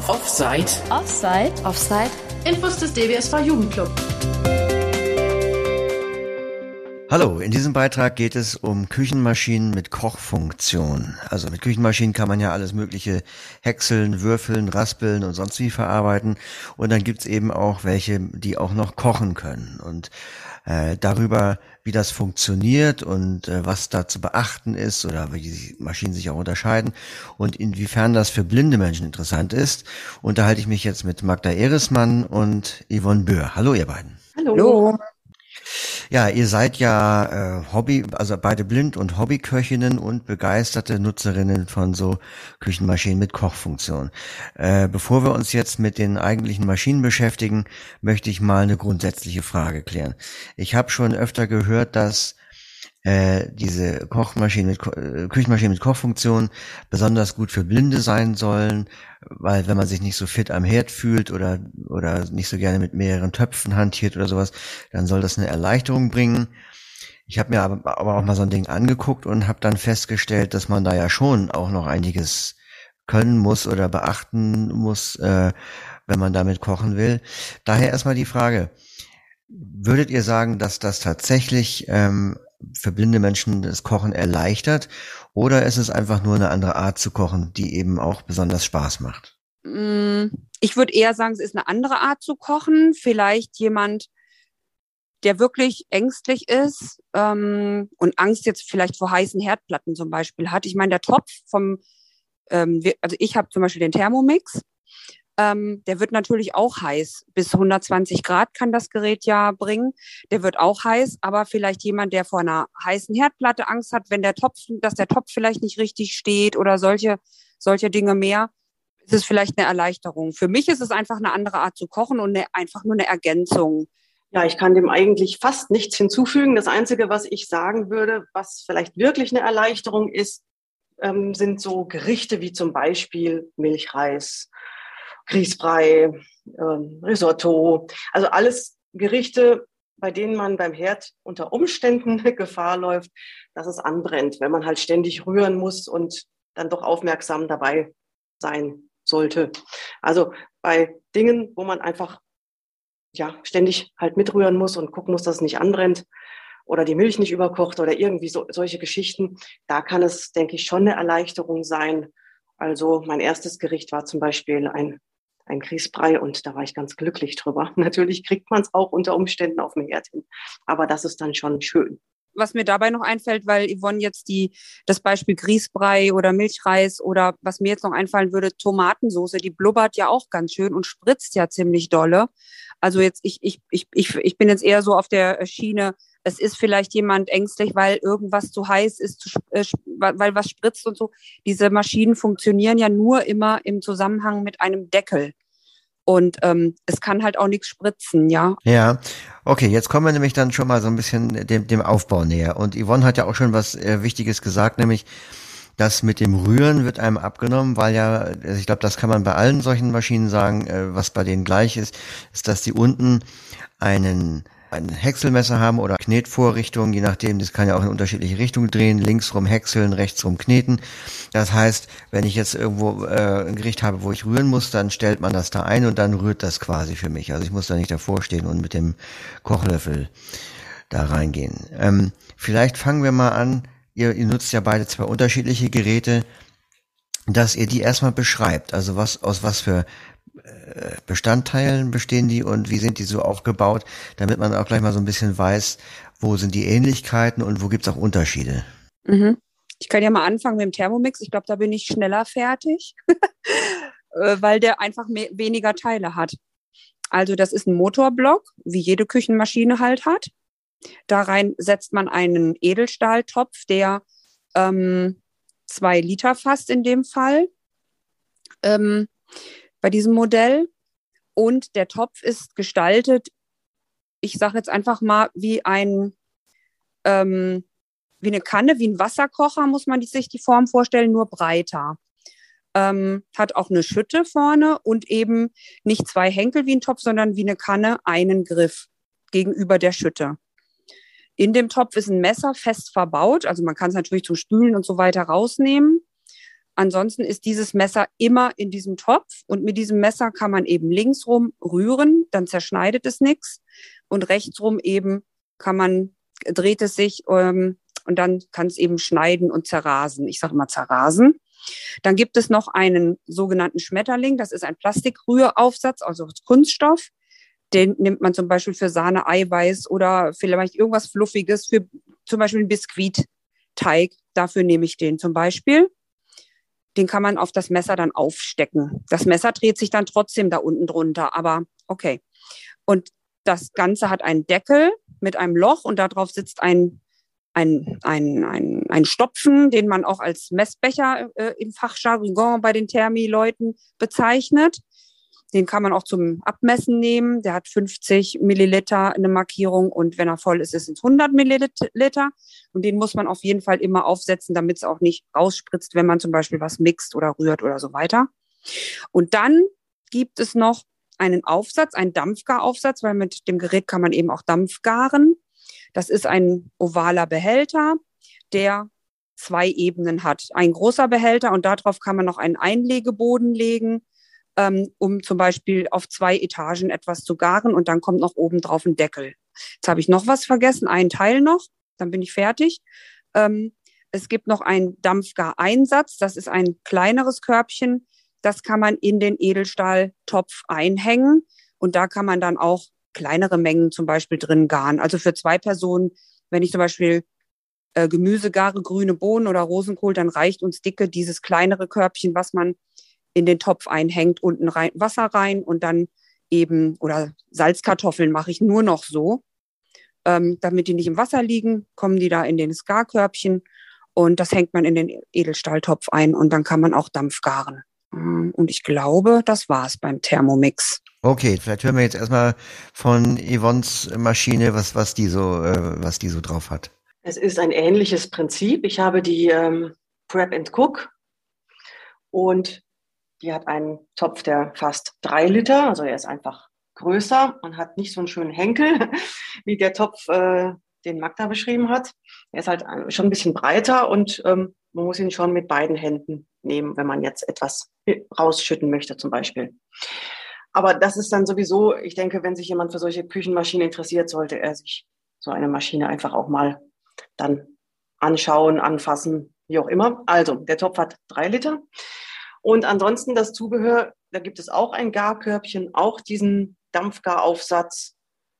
Offside. Offside. Offside. Infos des DBSV Jugendclub. Hallo, in diesem Beitrag geht es um Küchenmaschinen mit Kochfunktion. Also mit Küchenmaschinen kann man ja alles mögliche häckseln, würfeln, raspeln und sonst wie verarbeiten. Und dann gibt's eben auch welche, die auch noch kochen können. Und darüber, wie das funktioniert und was da zu beachten ist oder wie die Maschinen sich auch unterscheiden und inwiefern das für blinde Menschen interessant ist, unterhalte ich mich jetzt mit Magda Ehresmann und Yvonne Böhr. Hallo ihr beiden. Hallo. Ja, ihr seid ja also beide blind und Hobbyköchinnen und begeisterte Nutzerinnen von so Küchenmaschinen mit Kochfunktion. Bevor wir uns jetzt mit den eigentlichen Maschinen beschäftigen, möchte ich mal eine grundsätzliche Frage klären. Ich habe schon öfter gehört, dass diese Küchenmaschinen mit Kochfunktion besonders gut für Blinde sein sollen, weil wenn man sich nicht so fit am Herd fühlt oder nicht so gerne mit mehreren Töpfen hantiert oder sowas, dann soll das eine Erleichterung bringen. Ich habe mir aber auch mal so ein Ding angeguckt und habe dann festgestellt, dass man da ja schon auch noch einiges können muss oder beachten muss, wenn man damit kochen will. Daher erstmal die Frage: Würdet ihr sagen, dass das tatsächlich für blinde Menschen das Kochen erleichtert, oder ist es einfach nur eine andere Art zu kochen, die eben auch besonders Spaß macht? Ich würde eher sagen, es ist eine andere Art zu kochen. Vielleicht jemand, der wirklich ängstlich ist und Angst jetzt vielleicht vor heißen Herdplatten zum Beispiel hat. Ich meine, der Topf also ich habe zum Beispiel den Thermomix. Der wird natürlich auch heiß. Bis 120 Grad kann das Gerät ja bringen. Der wird auch heiß, aber vielleicht jemand, der vor einer heißen Herdplatte Angst hat, dass der Topf vielleicht nicht richtig steht oder solche Dinge mehr, ist es vielleicht eine Erleichterung. Für mich ist es einfach eine andere Art zu kochen und einfach nur eine Ergänzung. Ja, ich kann dem eigentlich fast nichts hinzufügen. Das Einzige, was ich sagen würde, was vielleicht wirklich eine Erleichterung ist, sind so Gerichte wie zum Beispiel Milchreis, Grießbrei, Risotto, also alles Gerichte, bei denen man beim Herd unter Umständen Gefahr läuft, dass es anbrennt, wenn man halt ständig rühren muss und dann doch aufmerksam dabei sein sollte. Also bei Dingen, wo man einfach ständig halt mitrühren muss und gucken muss, dass es nicht anbrennt oder die Milch nicht überkocht oder irgendwie solche Geschichten, da kann es, denke ich, schon eine Erleichterung sein. Also mein erstes Gericht war zum Beispiel ein Grießbrei und da war ich ganz glücklich drüber. Natürlich kriegt man es auch unter Umständen auf dem Herd hin, aber das ist dann schon schön. Was mir dabei noch einfällt, weil Yvonne jetzt das Beispiel Grießbrei oder Milchreis oder was mir jetzt noch einfallen würde, Tomatensoße, die blubbert ja auch ganz schön und spritzt ja ziemlich dolle. Also jetzt, ich bin jetzt eher so auf der Schiene, es ist vielleicht jemand ängstlich, weil irgendwas zu heiß ist, weil was spritzt und so. Diese Maschinen funktionieren ja nur immer im Zusammenhang mit einem Deckel. Und es kann halt auch nichts spritzen, ja. Ja, okay, jetzt kommen wir nämlich dann schon mal so ein bisschen dem Aufbau näher. Und Yvonne hat ja auch schon was Wichtiges gesagt, nämlich das mit dem Rühren wird einem abgenommen, weil ja, also ich glaube, das kann man bei allen solchen Maschinen sagen, was bei denen gleich ist, dass die unten ein Häckselmesser haben oder Knetvorrichtung, je nachdem, das kann ja auch in unterschiedliche Richtungen drehen, links rum häckseln, rechts rum kneten. Das heißt, wenn ich jetzt irgendwo ein Gericht habe, wo ich rühren muss, dann stellt man das da ein und dann rührt das quasi für mich. Also ich muss da nicht davor stehen und mit dem Kochlöffel da reingehen. Vielleicht fangen wir mal an, ihr nutzt ja beide zwei unterschiedliche Geräte, dass ihr die erstmal beschreibt. Also aus was für Bestandteilen bestehen die und wie sind die so aufgebaut, damit man auch gleich mal so ein bisschen weiß, wo sind die Ähnlichkeiten und wo gibt's auch Unterschiede. Mhm. Ich kann ja mal anfangen mit dem Thermomix. Ich glaube, da bin ich schneller fertig, weil der einfach weniger Teile hat. Also das ist ein Motorblock, wie jede Küchenmaschine halt hat. Da rein setzt man einen Edelstahltopf, der 2 Liter fasst in dem Fall. Bei diesem Modell. Und der Topf ist gestaltet, ich sage jetzt einfach mal, wie eine Kanne, wie ein Wasserkocher, muss man sich die Form vorstellen, nur breiter. Hat auch eine Schütte vorne und eben nicht 2 Henkel wie ein Topf, sondern wie eine Kanne, einen Griff gegenüber der Schütte. In dem Topf ist ein Messer fest verbaut, also man kann es natürlich zum Spülen und so weiter rausnehmen. Ansonsten ist dieses Messer immer in diesem Topf und mit diesem Messer kann man eben linksrum rühren, dann zerschneidet es nichts und rechtsrum eben dreht es sich und dann kann es eben schneiden und zerrasen. Ich sage immer zerrasen. Dann gibt es noch einen sogenannten Schmetterling, das ist ein Plastikrühraufsatz, also aus Kunststoff. Den nimmt man zum Beispiel für Sahne, Eiweiß oder vielleicht irgendwas Fluffiges, für zum Beispiel einen Biskuitteig. Dafür nehme ich den zum Beispiel. Den kann man auf das Messer dann aufstecken. Das Messer dreht sich dann trotzdem da unten drunter, aber okay. Und das Ganze hat einen Deckel mit einem Loch und darauf sitzt ein Stopfen, den man auch als Messbecher im Fachjargon bei den Thermi-Leuten bezeichnet. Den kann man auch zum Abmessen nehmen. Der hat 50 Milliliter eine Markierung und wenn er voll ist, ist es 100 Milliliter. Und den muss man auf jeden Fall immer aufsetzen, damit es auch nicht rausspritzt, wenn man zum Beispiel was mixt oder rührt oder so weiter. Und dann gibt es noch einen Aufsatz, einen Dampfgaraufsatz, weil mit dem Gerät kann man eben auch Dampf garen. Das ist ein ovaler Behälter, der 2 Ebenen hat. Ein großer Behälter und darauf kann man noch einen Einlegeboden legen, um zum Beispiel auf 2 Etagen etwas zu garen und dann kommt noch oben drauf ein Deckel. Jetzt habe ich noch was vergessen, einen Teil noch, dann bin ich fertig. Es gibt noch einen Dampfgareinsatz, das ist ein kleineres Körbchen, das kann man in den Edelstahltopf einhängen und da kann man dann auch kleinere Mengen zum Beispiel drin garen. Also für 2 Personen, wenn ich zum Beispiel Gemüse gare, grüne Bohnen oder Rosenkohl, dann reicht uns dicke dieses kleinere Körbchen, was man in den Topf einhängt, unten rein, Wasser rein und dann eben, oder Salzkartoffeln mache ich nur noch so, damit die nicht im Wasser liegen, kommen die da in den Garkörbchen und das hängt man in den Edelstahltopf ein und dann kann man auch Dampf garen. Und ich glaube, das war's beim Thermomix. Okay, vielleicht hören wir jetzt erstmal von Yvonnes Maschine, was die so drauf hat. Es ist ein ähnliches Prinzip. Ich habe die Prep and Cook und die hat einen Topf, der fast 3 Liter, also er ist einfach größer und hat nicht so einen schönen Henkel, wie der Topf, den Magda beschrieben hat. Er ist halt schon ein bisschen breiter und man muss ihn schon mit beiden Händen nehmen, wenn man jetzt etwas rausschütten möchte zum Beispiel. Aber das ist dann sowieso, ich denke, wenn sich jemand für solche Küchenmaschinen interessiert, sollte er sich so eine Maschine einfach auch mal dann anschauen, anfassen, wie auch immer. Also, der Topf hat 3 Liter. Und ansonsten das Zubehör, da gibt es auch ein Garkörbchen, auch diesen Dampfgaraufsatz.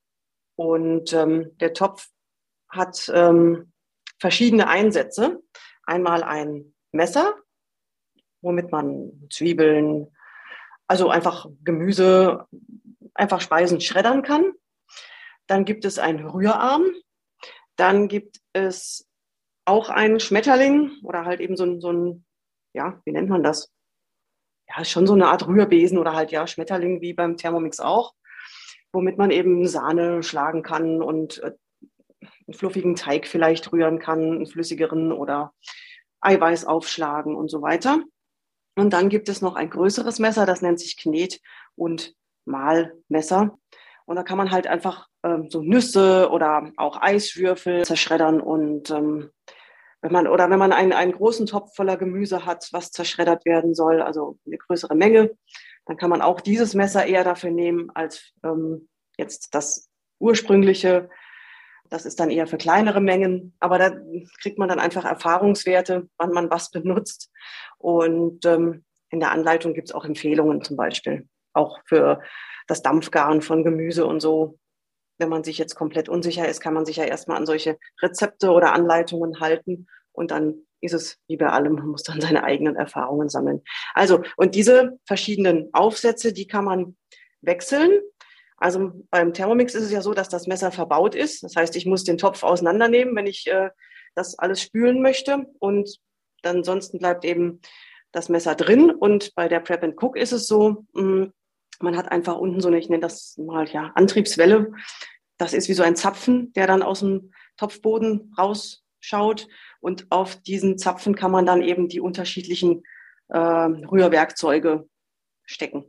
Und der Topf hat verschiedene Einsätze. Einmal ein Messer, womit man Zwiebeln, also einfach Gemüse, einfach Speisen schreddern kann. Dann gibt es einen Rührarm. Dann gibt es auch einen Schmetterling oder halt eben so ein, ja, wie nennt man das? Ja, schon so eine Art Rührbesen oder halt, ja, Schmetterling wie beim Thermomix auch, womit man eben Sahne schlagen kann und einen fluffigen Teig vielleicht rühren kann, einen flüssigeren oder Eiweiß aufschlagen und so weiter. Und dann gibt es noch ein größeres Messer, das nennt sich Knet- und Mahlmesser. Und da kann man halt einfach so Nüsse oder auch Eiswürfel zerschreddern. Und wenn man einen großen Topf voller Gemüse hat, was zerschreddert werden soll, also eine größere Menge, dann kann man auch dieses Messer eher dafür nehmen als jetzt das ursprüngliche. Das ist dann eher für kleinere Mengen, aber da kriegt man dann einfach Erfahrungswerte, wann man was benutzt. Und in der Anleitung gibt es auch Empfehlungen zum Beispiel, auch für das Dampfgaren von Gemüse und so. Wenn man sich jetzt komplett unsicher ist, kann man sich ja erstmal an solche Rezepte oder Anleitungen halten und dann ist es wie bei allem, man muss dann seine eigenen Erfahrungen sammeln. Also, und diese verschiedenen Aufsätze, die kann man wechseln. Also beim Thermomix ist es ja so, dass das Messer verbaut ist. Das heißt, ich muss den Topf auseinandernehmen, wenn ich das alles spülen möchte. Und dann ansonsten bleibt eben das Messer drin. Und bei der Prep and Cook ist es so, man hat einfach unten so eine, ich nenne das mal ja Antriebswelle. Das ist wie so ein Zapfen, der dann aus dem Topfboden rausschaut. Und auf diesen Zapfen kann man dann eben die unterschiedlichen Rührwerkzeuge stecken.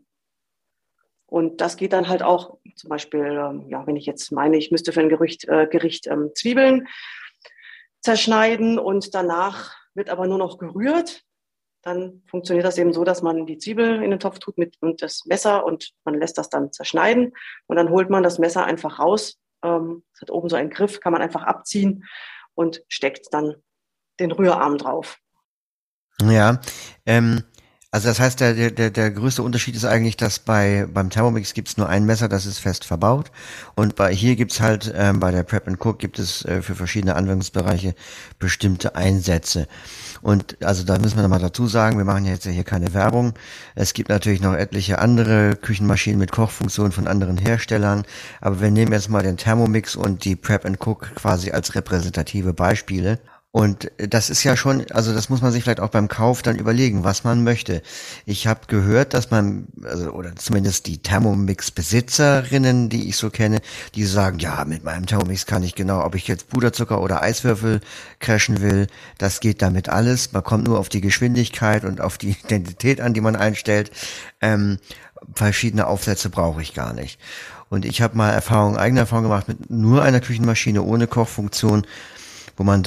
Und das geht dann halt auch zum Beispiel, ja, wenn ich jetzt meine, ich müsste für ein Gericht Zwiebeln zerschneiden und danach wird aber nur noch gerührt, Dann funktioniert das eben so, dass man die Zwiebel in den Topf tut und das Messer und man lässt das dann zerschneiden und dann holt man das Messer einfach raus. Es hat oben so einen Griff, kann man einfach abziehen und steckt dann den Rührarm drauf. Ja, also das heißt, der größte Unterschied ist eigentlich, dass beim Thermomix gibt's nur ein Messer, das ist fest verbaut, und hier gibt's halt bei der Prep and Cook gibt es für verschiedene Anwendungsbereiche bestimmte Einsätze. Und also da müssen wir nochmal dazu sagen, wir machen jetzt hier keine Werbung. Es gibt natürlich noch etliche andere Küchenmaschinen mit Kochfunktionen von anderen Herstellern, aber wir nehmen jetzt mal den Thermomix und die Prep and Cook quasi als repräsentative Beispiele. Und das ist ja schon, also das muss man sich vielleicht auch beim Kauf dann überlegen, was man möchte. Ich habe gehört, dass man, also oder zumindest die Thermomix-Besitzerinnen, die ich so kenne, die sagen, ja, mit meinem Thermomix kann ich genau, ob ich jetzt Puderzucker oder Eiswürfel crashen will, das geht damit alles. Man kommt nur auf die Geschwindigkeit und auf die Intensität an, die man einstellt. Verschiedene Aufsätze brauche ich gar nicht. Und ich habe mal eigene Erfahrung gemacht mit nur einer Küchenmaschine ohne Kochfunktion, wo man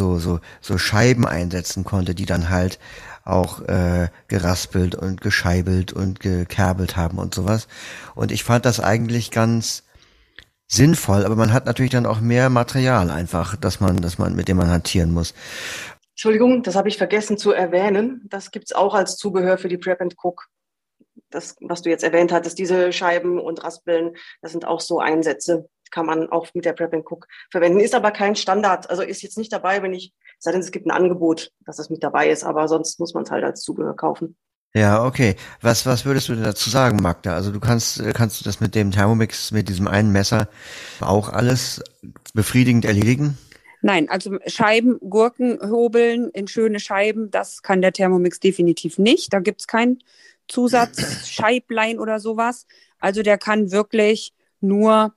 so Scheiben einsetzen konnte, die dann halt auch geraspelt und gescheibelt und gekerbelt haben und sowas. Und ich fand das eigentlich ganz sinnvoll, aber man hat natürlich dann auch mehr Material einfach, mit dem man hantieren muss. Entschuldigung, das habe ich vergessen zu erwähnen. Das gibt's auch als Zubehör für die Prep and Cook. Das, was du jetzt erwähnt hattest, diese Scheiben und Raspeln, das sind auch so Einsätze. Kann man auch mit der Prep and Cook verwenden. Ist aber kein Standard. Also ist jetzt nicht dabei, sei denn, es gibt ein Angebot, dass das mit dabei ist, aber sonst muss man es halt als Zubehör kaufen. Ja, okay. Was würdest du denn dazu sagen, Magda? Also kannst du das mit dem Thermomix, mit diesem einen Messer auch alles befriedigend erledigen? Nein, also Scheiben, Gurken hobeln in schöne Scheiben, das kann der Thermomix definitiv nicht. Da gibt's kein Zusatzscheiblein oder sowas. Also der kann wirklich nur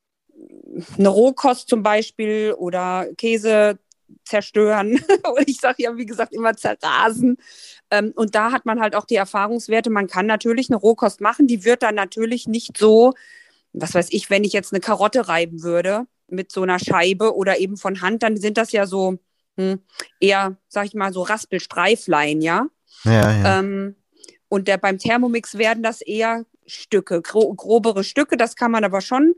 eine Rohkost zum Beispiel oder Käse zerstören. Ich sage ja, wie gesagt, immer zerrasen. Und da hat man halt auch die Erfahrungswerte. Man kann natürlich eine Rohkost machen, die wird dann natürlich nicht so, was weiß ich, wenn ich jetzt eine Karotte reiben würde mit so einer Scheibe oder eben von Hand, dann sind das ja so eher, sag ich mal, so Raspelstreiflein, ja. Ja. Und beim Thermomix werden das eher Stücke, grobere Stücke. Das kann man aber schon.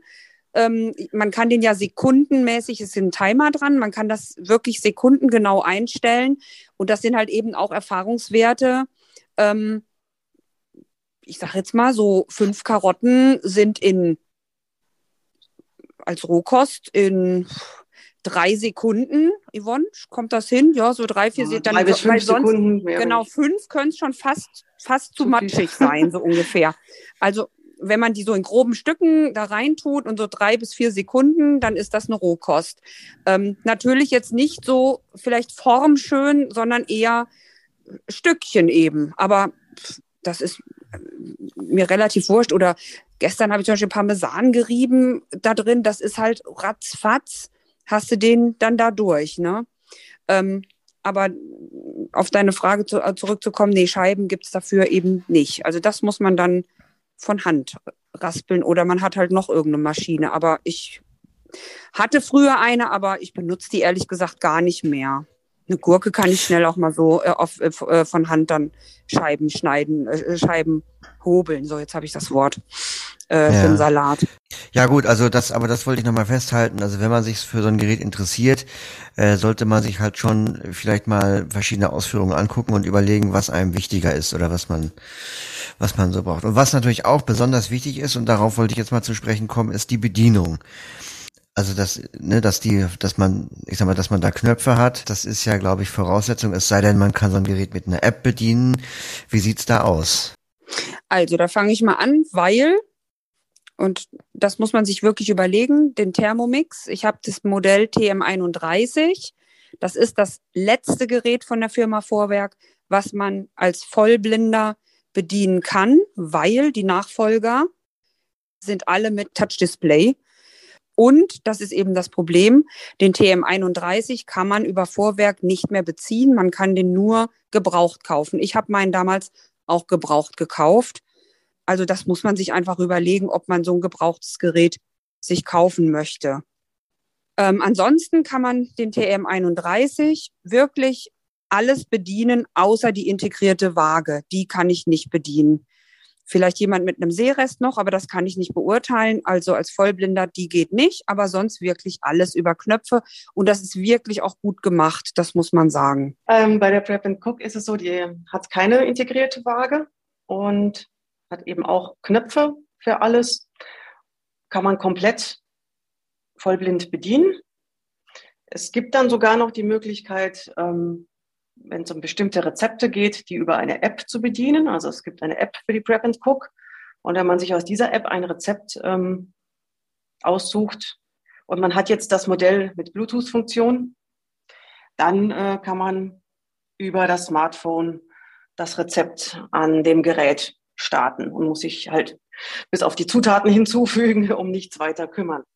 Man kann den ja sekundenmäßig, es ist ein Timer dran, man kann das wirklich sekundengenau einstellen. Und das sind halt eben auch Erfahrungswerte. Ich sage jetzt mal, so 5 Karotten sind als Rohkost in 3 Sekunden. Yvonne, kommt das hin? Ja, so 3, 4 Sekunden. 3 bis 5 Sekunden. Mehr genau, 5 können es schon fast zu matschig sein, so ungefähr. Also wenn man die so in groben Stücken da reintut und so 3 bis 4 Sekunden, dann ist das eine Rohkost. Natürlich jetzt nicht so vielleicht formschön, sondern eher Stückchen eben. Aber das ist mir relativ wurscht. Oder gestern habe ich zum Beispiel Parmesan gerieben da drin. Das ist halt ratzfatz, hast du den dann da durch, ne? Aber auf deine Frage zurückzukommen, nee, Scheiben gibt's dafür eben nicht. Also das muss man dann von Hand raspeln oder man hat halt noch irgendeine Maschine. Aber ich hatte früher eine, aber ich benutze die ehrlich gesagt gar nicht mehr. Eine Gurke kann ich schnell auch mal so von Hand dann Scheiben schneiden, Scheiben hobeln. So, jetzt habe ich das Wort für einen Salat. Ja gut, also das wollte ich nochmal festhalten. Also wenn man sich für so ein Gerät interessiert, sollte man sich halt schon vielleicht mal verschiedene Ausführungen angucken und überlegen, was einem wichtiger ist oder was man so braucht. Und was natürlich auch besonders wichtig ist, und darauf wollte ich jetzt mal zu sprechen kommen, ist die Bedienung. Also dass man da Knöpfe hat, das ist ja, glaube ich, Voraussetzung, es sei denn, man kann so ein Gerät mit einer App bedienen. Wie sieht's da aus? Also, da fange ich mal an, weil, und das muss man sich wirklich überlegen, den Thermomix, ich habe das Modell TM31, das ist das letzte Gerät von der Firma Vorwerk, was man als Vollblinder bedienen kann, weil die Nachfolger sind alle mit Touch-Display. Und, das ist eben das Problem, den TM31 kann man über Vorwerk nicht mehr beziehen. Man kann den nur gebraucht kaufen. Ich habe meinen damals auch gebraucht gekauft. Also das muss man sich einfach überlegen, ob man so ein gebrauchtes Gerät sich kaufen möchte. Ansonsten kann man den TM31 wirklich alles bedienen, außer die integrierte Waage. Die kann ich nicht bedienen. Vielleicht jemand mit einem Sehrest noch, aber das kann ich nicht beurteilen. Also als Vollblinder, die geht nicht, aber sonst wirklich alles über Knöpfe. Und das ist wirklich auch gut gemacht, das muss man sagen. Bei der Prep & Cook ist es so, die hat keine integrierte Waage und hat eben auch Knöpfe für alles. Kann man komplett vollblind bedienen. Es gibt dann sogar noch die Möglichkeit, wenn es um bestimmte Rezepte geht, die über eine App zu bedienen. Also es gibt eine App für die Prep & Cook. Und wenn man sich aus dieser App ein Rezept aussucht und man hat jetzt das Modell mit Bluetooth-Funktion, dann kann man über das Smartphone das Rezept an dem Gerät starten und muss sich halt bis auf die Zutaten hinzufügen, um nichts weiter kümmern.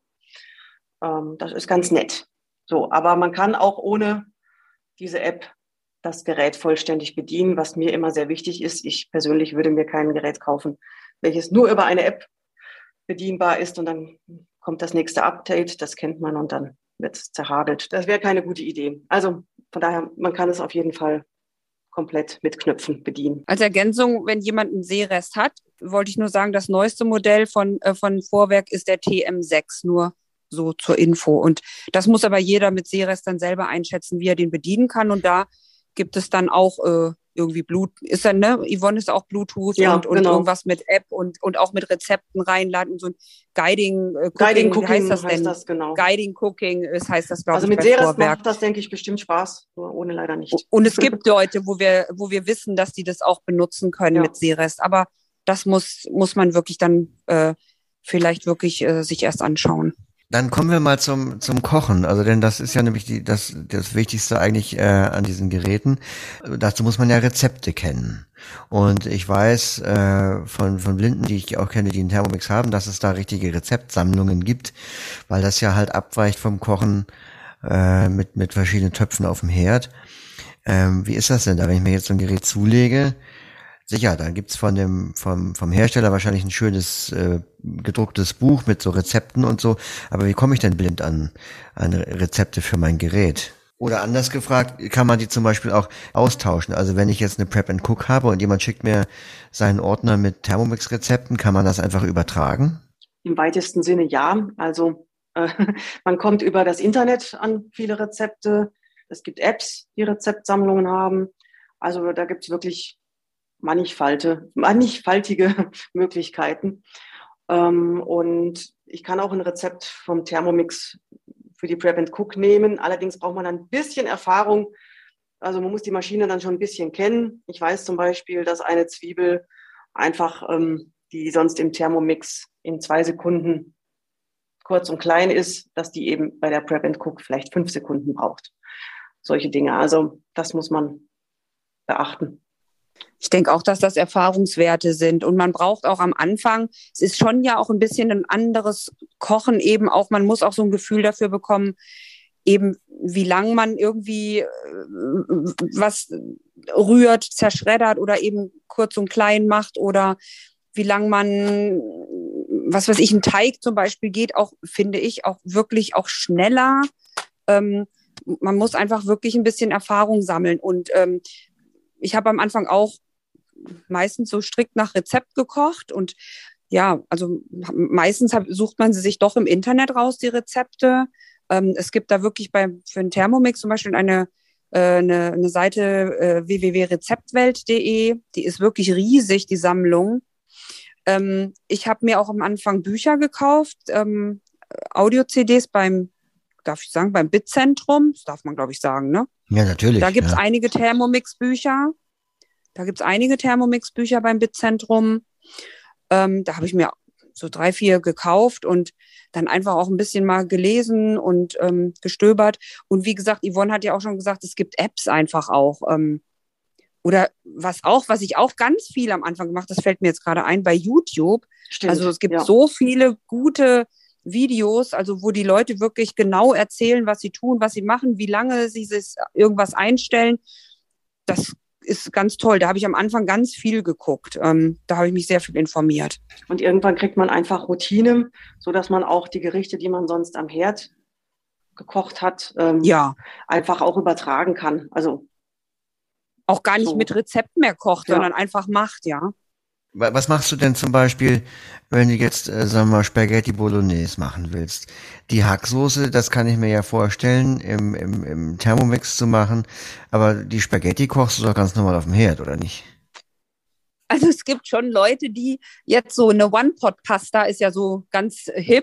Das ist ganz nett. So, aber man kann auch ohne diese App das Gerät vollständig bedienen, was mir immer sehr wichtig ist. Ich persönlich würde mir kein Gerät kaufen, welches nur über eine App bedienbar ist und dann kommt das nächste Update, das kennt man und dann wird es zerhagelt. Das wäre keine gute Idee. Also von daher, man kann es auf jeden Fall komplett mit Knöpfen bedienen. Als Ergänzung, wenn jemand einen Sehrest hat, wollte ich nur sagen, das neueste Modell von Vorwerk ist der TM6, nur so zur Info. Und das muss aber jeder mit Sehrest dann selber einschätzen, wie er den bedienen kann. Und da gibt es dann auch irgendwie ist dann, ne? Yvonne ist auch Bluetooth ja, und genau. Irgendwas mit App und auch mit Rezepten reinladen, so ein Guiding Cooking, wie heißt das denn? Das, genau. Guiding Cooking heißt das, glaube ich, also mit bei Sehrest Vorwerk. macht das, denke ich, bestimmt Spaß, nur ohne leider nicht. Und es gibt Leute, wo wir wissen, dass die das auch benutzen können mit Sehrest, aber das muss man wirklich dann vielleicht wirklich sich erst anschauen. Dann kommen wir mal zum Kochen. Also denn das ist ja nämlich das Wichtigste eigentlich an diesen Geräten. Dazu muss man ja Rezepte kennen. Und ich weiß von Blinden, die ich auch kenne, die einen Thermomix haben, dass es da richtige Rezeptsammlungen gibt, weil das ja halt abweicht vom Kochen mit verschiedenen Töpfen auf dem Herd. Wie ist das denn da, wenn ich mir jetzt so ein Gerät zulege? Sicher, dann gibt's vom Hersteller wahrscheinlich ein schönes gedrucktes Buch mit so Rezepten und so. Aber wie komme ich denn blind an Rezepte für mein Gerät? Oder anders gefragt, kann man die zum Beispiel auch austauschen? Also wenn ich jetzt eine Prep & Cook habe und jemand schickt mir seinen Ordner mit Thermomix-Rezepten, kann man das einfach übertragen? Im weitesten Sinne ja. Also man kommt über das Internet an viele Rezepte. Es gibt Apps, die Rezeptsammlungen haben. Also da gibt's wirklich mannigfaltige Möglichkeiten. Und ich kann auch ein Rezept vom Thermomix für die Prep & Cook nehmen. Allerdings braucht man ein bisschen Erfahrung. Also man muss die Maschine dann schon ein bisschen kennen. Ich weiß zum Beispiel, dass eine Zwiebel einfach, die sonst im Thermomix in 2 Sekunden kurz und klein ist, dass die eben bei der Prep & Cook vielleicht 5 Sekunden braucht. Solche Dinge. Also das muss man beachten. Ich denke auch, dass das Erfahrungswerte sind und man braucht auch am Anfang, es ist schon ja auch ein bisschen ein anderes Kochen eben auch, man muss auch so ein Gefühl dafür bekommen, eben wie lang man irgendwie was rührt, zerschreddert oder eben kurz und klein macht oder wie lang man, was weiß ich, ein Teig zum Beispiel geht auch, finde ich, auch wirklich auch schneller. Man muss einfach wirklich ein bisschen Erfahrung sammeln und ich habe am Anfang auch meistens so strikt nach Rezept gekocht und ja, also meistens sucht man sie sich doch im Internet raus, die Rezepte. Es gibt da wirklich für einen Thermomix zum Beispiel eine Seite www.rezeptwelt.de, die ist wirklich riesig, die Sammlung. Ich habe mir auch am Anfang Bücher gekauft, Audio-CDs darf ich sagen, beim Bitzentrum, das darf man glaube ich sagen, ne? Ja, natürlich. Da gibt's einige Thermomix-Bücher. Beim Bitzentrum. Da habe ich mir so 3, 4 gekauft und dann einfach auch ein bisschen mal gelesen und gestöbert. Und wie gesagt, Yvonne hat ja auch schon gesagt, es gibt Apps einfach auch. Oder was ich auch ganz viel am Anfang gemacht, das fällt mir jetzt gerade ein, bei YouTube. Stimmt, also es gibt so viele gute Videos, also wo die Leute wirklich genau erzählen, was sie tun, was sie machen, wie lange sie sich irgendwas einstellen. Das ist ganz toll. Da habe ich am Anfang ganz viel geguckt. Da habe ich mich sehr viel informiert. Und irgendwann kriegt man einfach Routine, sodass man auch die Gerichte, die man sonst am Herd gekocht hat, einfach auch übertragen kann. Also Auch gar nicht So. mit Rezept mehr kocht, Ja. sondern einfach macht, ja. Was machst du denn zum Beispiel, wenn du jetzt, sagen wir mal, Spaghetti Bolognese machen willst? Die Hacksoße, das kann ich mir ja vorstellen, im Thermomix zu machen, aber die Spaghetti kochst du doch ganz normal auf dem Herd, oder nicht? Also es gibt schon Leute, die jetzt so eine One-Pot-Pasta ist ja so ganz hip,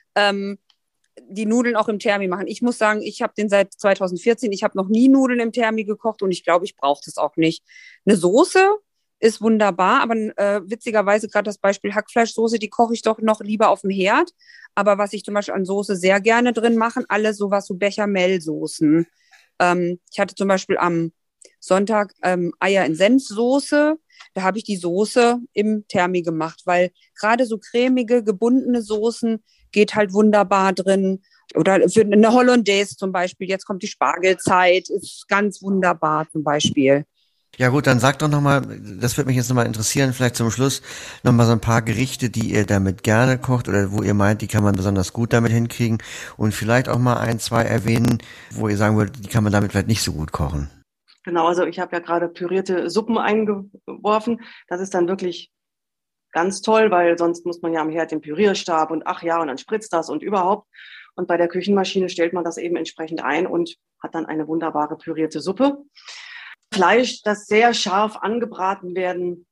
die Nudeln auch im Thermi machen. Ich muss sagen, ich habe den seit 2014, ich habe noch nie Nudeln im Thermi gekocht und ich glaube, ich brauche das auch nicht. Eine Soße ist wunderbar, aber witzigerweise gerade das Beispiel Hackfleischsoße, die koche ich doch noch lieber auf dem Herd. Aber was ich zum Beispiel an Soße sehr gerne drin mache, alle sowas so Bechamelsoßen. Ich hatte zum Beispiel am Sonntag Eier in Senfsoße. Da habe ich die Soße im Thermi gemacht, weil gerade so cremige, gebundene Soßen geht halt wunderbar drin. Oder für eine Hollandaise zum Beispiel. Jetzt kommt die Spargelzeit, ist ganz wunderbar zum Beispiel. Ja gut, dann sag doch nochmal, das würde mich jetzt nochmal interessieren, vielleicht zum Schluss nochmal so ein paar Gerichte, die ihr damit gerne kocht oder wo ihr meint, die kann man besonders gut damit hinkriegen und vielleicht auch mal ein, zwei erwähnen, wo ihr sagen würdet, die kann man damit vielleicht nicht so gut kochen. Genau, also ich habe ja gerade pürierte Suppen eingeworfen. Das ist dann wirklich ganz toll, weil sonst muss man ja am Herd den Pürierstab und ach ja, und dann spritzt das und überhaupt. Und bei der Küchenmaschine stellt man das eben entsprechend ein und hat dann eine wunderbare pürierte Suppe. Fleisch, das sehr scharf angebraten werden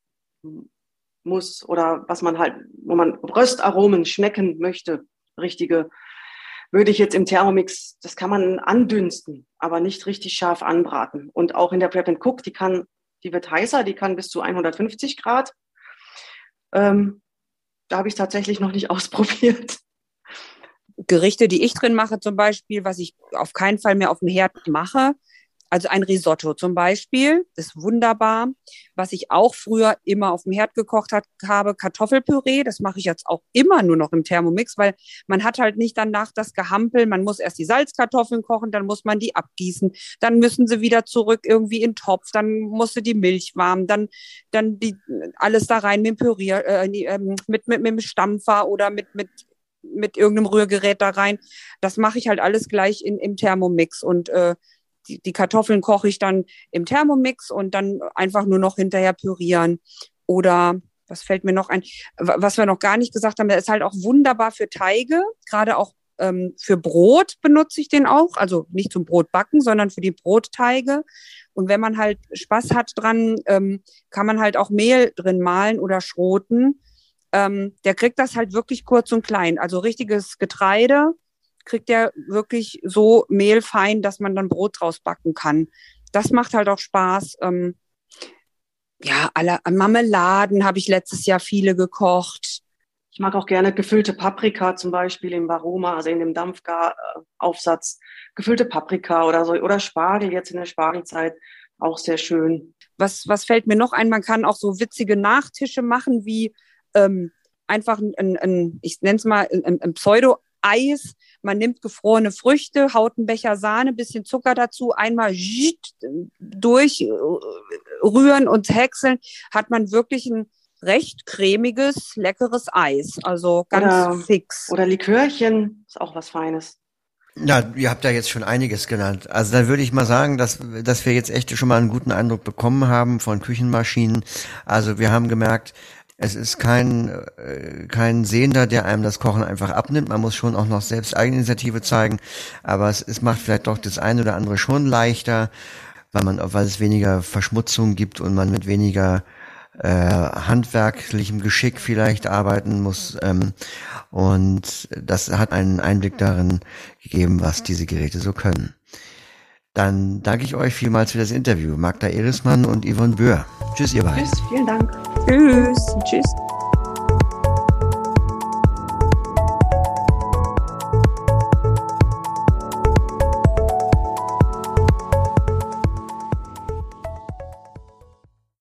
muss oder was man halt, wo man Röstaromen schmecken möchte, richtige, würde ich jetzt im Thermomix, das kann man andünsten, aber nicht richtig scharf anbraten. Und auch in der Prep & Cook, die wird heißer, die kann bis zu 150 Grad. Da habe ich tatsächlich noch nicht ausprobiert. Gerichte, die ich drin mache zum Beispiel, was ich auf keinen Fall mehr auf dem Herd mache, also ein Risotto zum Beispiel, ist wunderbar. Was ich auch früher immer auf dem Herd gekocht habe, Kartoffelpüree, das mache ich jetzt auch immer nur noch im Thermomix, weil man hat halt nicht danach das Gehampel, man muss erst die Salzkartoffeln kochen, dann muss man die abgießen, dann müssen sie wieder zurück irgendwie in den Topf, dann musste die Milch warm, dann die, alles da rein mit dem Pürier, mit dem Stampfer oder mit irgendeinem Rührgerät da rein. Das mache ich halt alles gleich im Thermomix und die Kartoffeln koche ich dann im Thermomix und dann einfach nur noch hinterher pürieren. Oder was fällt mir noch ein? Was wir noch gar nicht gesagt haben, der ist halt auch wunderbar für Teige, gerade auch für Brot benutze ich den auch. Also nicht zum Brotbacken, sondern für die Brotteige. Und wenn man halt Spaß hat dran, kann man halt auch Mehl drin mahlen oder schroten. Der kriegt das halt wirklich kurz und klein. Also richtiges Getreide kriegt der wirklich so mehlfein, dass man dann Brot draus backen kann. Das macht halt auch Spaß. Ja, alle Marmeladen habe ich letztes Jahr viele gekocht. Ich mag auch gerne gefüllte Paprika zum Beispiel im Varoma, also in dem Dampfgaraufsatz. Gefüllte Paprika oder so, oder Spargel jetzt in der Spargelzeit, auch sehr schön. Was fällt mir noch ein? Man kann auch so witzige Nachtische machen, wie einfach ich nenne es mal ein Pseudo-Eis. Man nimmt gefrorene Früchte, haut einen Becher Sahne, bisschen Zucker dazu, einmal durchrühren und häckseln, hat man wirklich ein recht cremiges, leckeres Eis. Also ganz fix. Oder Likörchen, ist auch was Feines. Ja, ihr habt ja jetzt schon einiges genannt. Also dann würde ich mal sagen, dass wir jetzt echt schon mal einen guten Eindruck bekommen haben von Küchenmaschinen. Also wir haben gemerkt, es ist kein Sehender, der einem das Kochen einfach abnimmt. Man muss schon auch noch selbst Eigeninitiative zeigen. Aber es macht vielleicht doch das eine oder andere schon leichter, weil es weniger Verschmutzung gibt und man mit weniger handwerklichem Geschick vielleicht arbeiten muss. Und das hat einen Einblick darin gegeben, was diese Geräte so können. Dann danke ich euch vielmals für das Interview. Magda Erismann und Yvonne Böhr. Tschüss, ihr beiden. Tschüss, vielen Dank. Tschüss. Tschüss.